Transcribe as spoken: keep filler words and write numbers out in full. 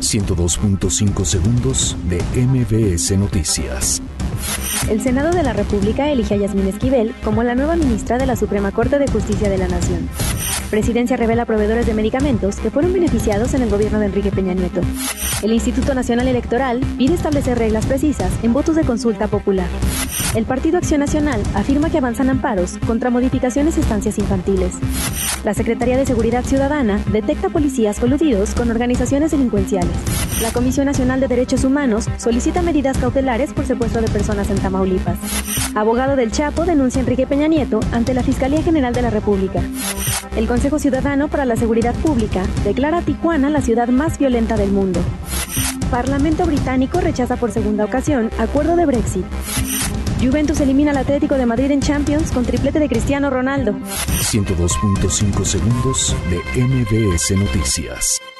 ciento dos punto cinco segundos de M B S Noticias. El Senado de la República elige a Yasmín Esquivel como la nueva ministra de la Suprema Corte de Justicia de la Nación. Presidencia revela proveedores de medicamentos que fueron beneficiados en el gobierno de Enrique Peña Nieto. El Instituto Nacional Electoral pide establecer reglas precisas en votos de consulta popular. El Partido Acción Nacional afirma que avanzan amparos contra modificaciones a estancias infantiles. La Secretaría de Seguridad Ciudadana detecta policías coludidos con organizaciones delincuenciales. La Comisión Nacional de Derechos Humanos solicita medidas cautelares por secuestro de personas en Tamaulipas. Abogado del Chapo denuncia a Enrique Peña Nieto ante la Fiscalía General de la República. El Consejo Ciudadano para la Seguridad Pública declara a Tijuana la ciudad más violenta del mundo. Parlamento británico rechaza por segunda ocasión acuerdo de Brexit. Juventus elimina al Atlético de Madrid en Champions con triplete de Cristiano Ronaldo. ciento dos punto cinco segundos de M B S Noticias.